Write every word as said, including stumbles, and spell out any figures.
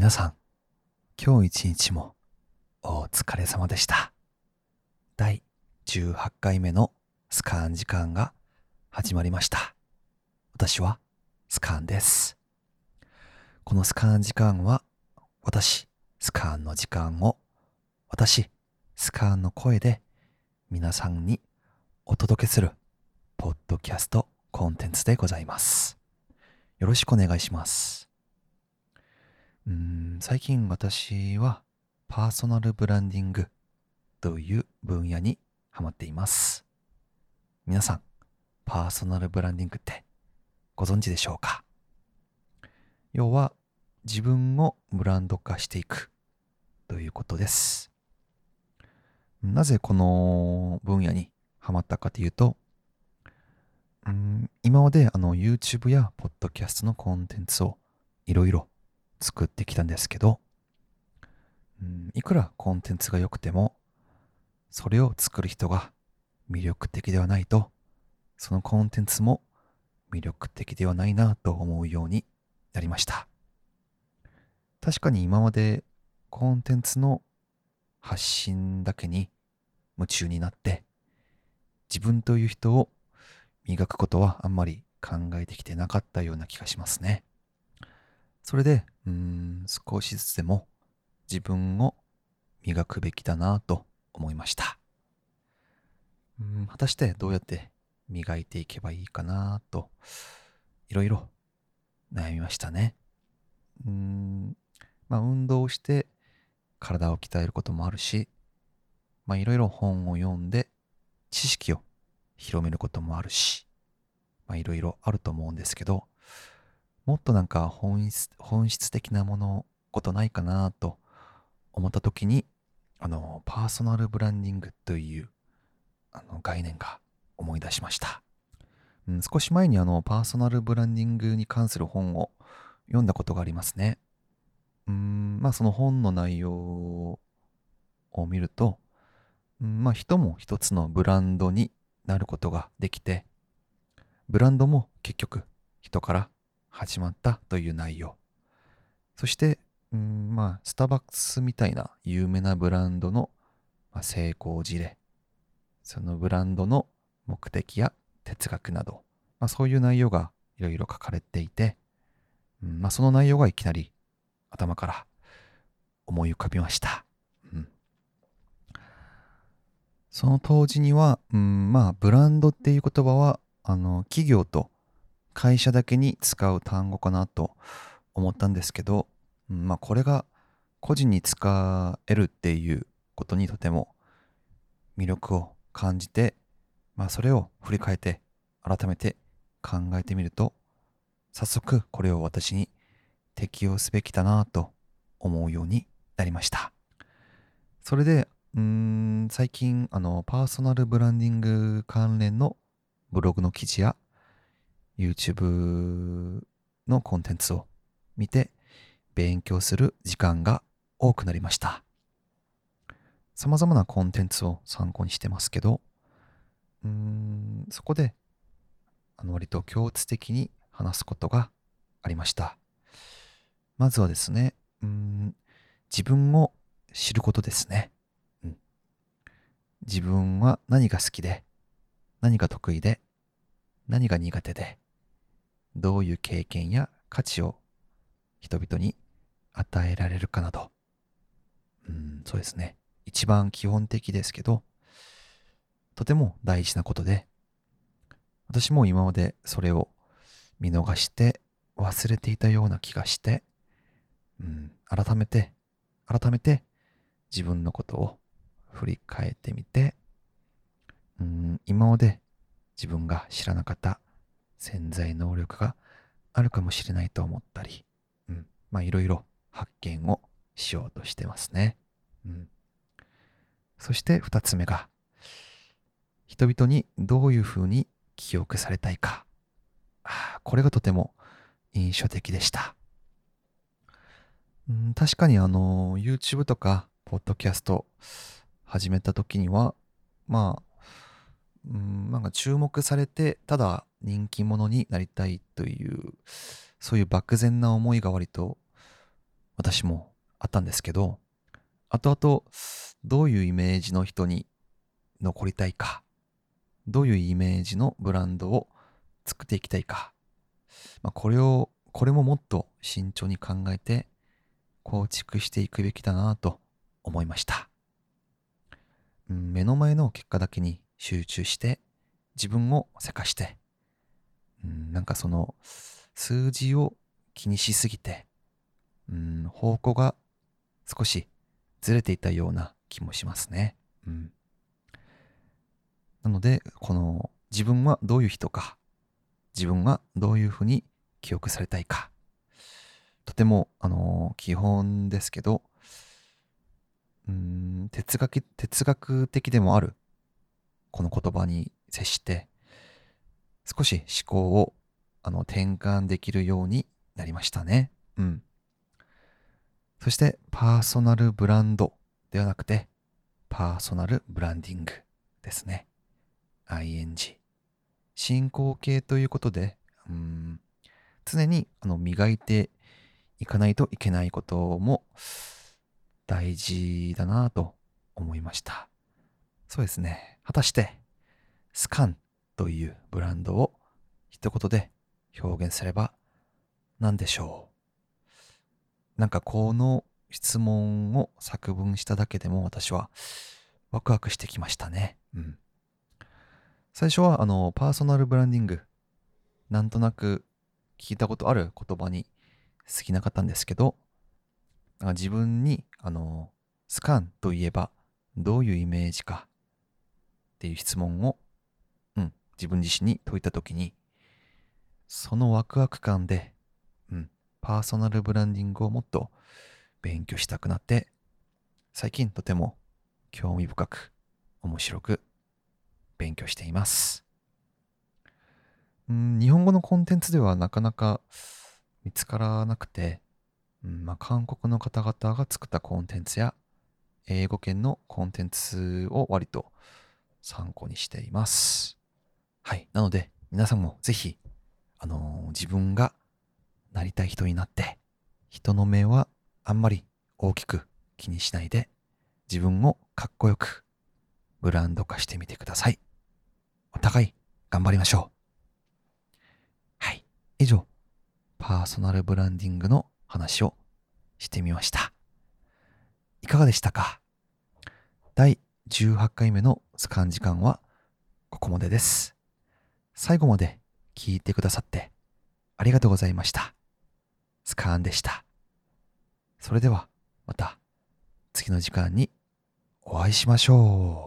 皆さん、今日一日もお疲れ様でした。だいじゅうはちかいめのスカーン時間が始まりました。私はスカーンです。このスカーン時間は、私、スカーンの時間を、私、スカーンの声で皆さんにお届けするポッドキャストコンテンツでございます。よろしくお願いします。うーん最近私はパーソナルブランディングという分野にハマっています。皆さん、パーソナルブランディングってご存知でしょうか？要は自分をブランド化していくということです。なぜこの分野にハマったかというと、うーん今まであの YouTube や Podcast のコンテンツをいろいろ作ってきたんですけど、うんいくらコンテンツが良くても、それを作る人が魅力的ではないと、そのコンテンツも魅力的ではないなと思うようになりました。確かに今までコンテンツの発信だけに夢中になって、自分という人を磨くことはあんまり考えてきてなかったような気がしますね。それで、うーん、少しずつでも自分を磨くべきだなと思いました。うーん果たしてどうやって磨いていけばいいかなと、いろいろ悩みましたね。うーんまあ運動をして体を鍛えることもあるし、まあいろいろ本を読んで知識を広めることもあるし、まあいろいろあると思うんですけど、もっとなんか本質、本質的なもの、ことないかなと思った時に、あの、パーソナルブランディングというあの概念が思い出しました。うん、少し前にあの、パーソナルブランディングに関する本を読んだことがありますね。うーん、まあその本の内容を見ると、うんまあ人も一つのブランドになることができて、ブランドも結局人から始まったという内容。そして、うんまあスターバックスみたいな有名なブランドのまあ成功事例、そのブランドの目的や哲学など、まあ、そういう内容がいろいろ書かれていて、うんまあ、その内容がいきなり頭から思い浮かびました。うん、その当時には、うん、まあブランドっていう言葉はあの企業と会社だけに使う単語かなと思ったんですけど、うんまあこれが個人に使えるっていうことにとても魅力を感じて、まあそれを振り返って改めて考えてみると、早速これを私に適用すべきだなと思うようになりました。それで、うーん、最近、あの、パーソナルブランディング関連のブログの記事や YouTube のコンテンツを見て勉強する時間が多くなりました。様々なコンテンツを参考にしてますけど、うーん、そこで、あの、割と共通的に話すことがありました。まずはですね、うーん、自分を知ることですね。うん、自分は何が好きで、何が得意で、何が苦手で、どういう経験や価値を人々に与えられるかなど、うん、そうですね。一番基本的ですけど、とても大事なことで、私も今までそれを見逃して忘れていたような気がして、うん、改めて、改めて自分のことを振り返ってみて、うん、今まで自分が知らなかった潜在能力があるかもしれないと思ったり、うん、まあいろいろ発見をしようとしてますね。うん、そして二つ目が、人々にどういうふうに記憶されたいか。あこれがとても印象的でした。うん、確かにあの、YouTube とか、ポッドキャスト始めた時には、まあ、うん、なんか注目されて、ただ人気者になりたいという、そういう漠然な思いが割と私もあったんですけど、後々どういうイメージの人に残りたいか、どういうイメージのブランドを作っていきたいか、まあ、これを、これももっと慎重に考えて構築していくべきだなと思いました。うん、目の前の結果だけに集中して自分をせかして、うん、なんかその数字を気にしすぎて、うん、方向が少しずれていたような気もしますね。うん、なので、この自分はどういう人か、自分はどういうふうに記憶されたいか、とても、あの基本ですけど、うーん、哲学、哲学的でもあるこの言葉に接して、少し思考をあの転換できるようになりましたね。うん。そして、パーソナルブランドではなくて、パーソナルブランディングですね。アイエヌジー。進行形ということで、うーん、常にあの磨いていかないといけないことも大事だなと思いました。そうですね。果たして、スカンというブランドを一言で表現すれば何でしょう。なんかこの質問を作文しただけでも私はワクワクしてきましたね。うん。最初はあのパーソナルブランディング、なんとなく聞いたことある言葉に過ぎなかったんですけど、自分にあのスカンといえばどういうイメージかっていう質問を、うん、自分自身に問いたときに、そのワクワク感で、うん、パーソナルブランディングをもっと勉強したくなって、最近とても興味深く、面白く勉強しています。うん、日本語のコンテンツではなかなか見つからなくて、うんまあ、韓国の方々が作ったコンテンツや英語圏のコンテンツを割と参考にしています。はい。なので、皆さんもぜひ、あのー自分がなりたい人になって、人の目はあんまり大きく気にしないで、自分をかっこよくブランド化してみてください。お互い頑張りましょう。はい。以上、パーソナルブランディングの話をしてみました。いかがでしたか？だいじゅうはちかいめのスカン時間はここまでです。最後まで聞いてくださってありがとうございました。スカーンでした。それではまた次の時間にお会いしましょう。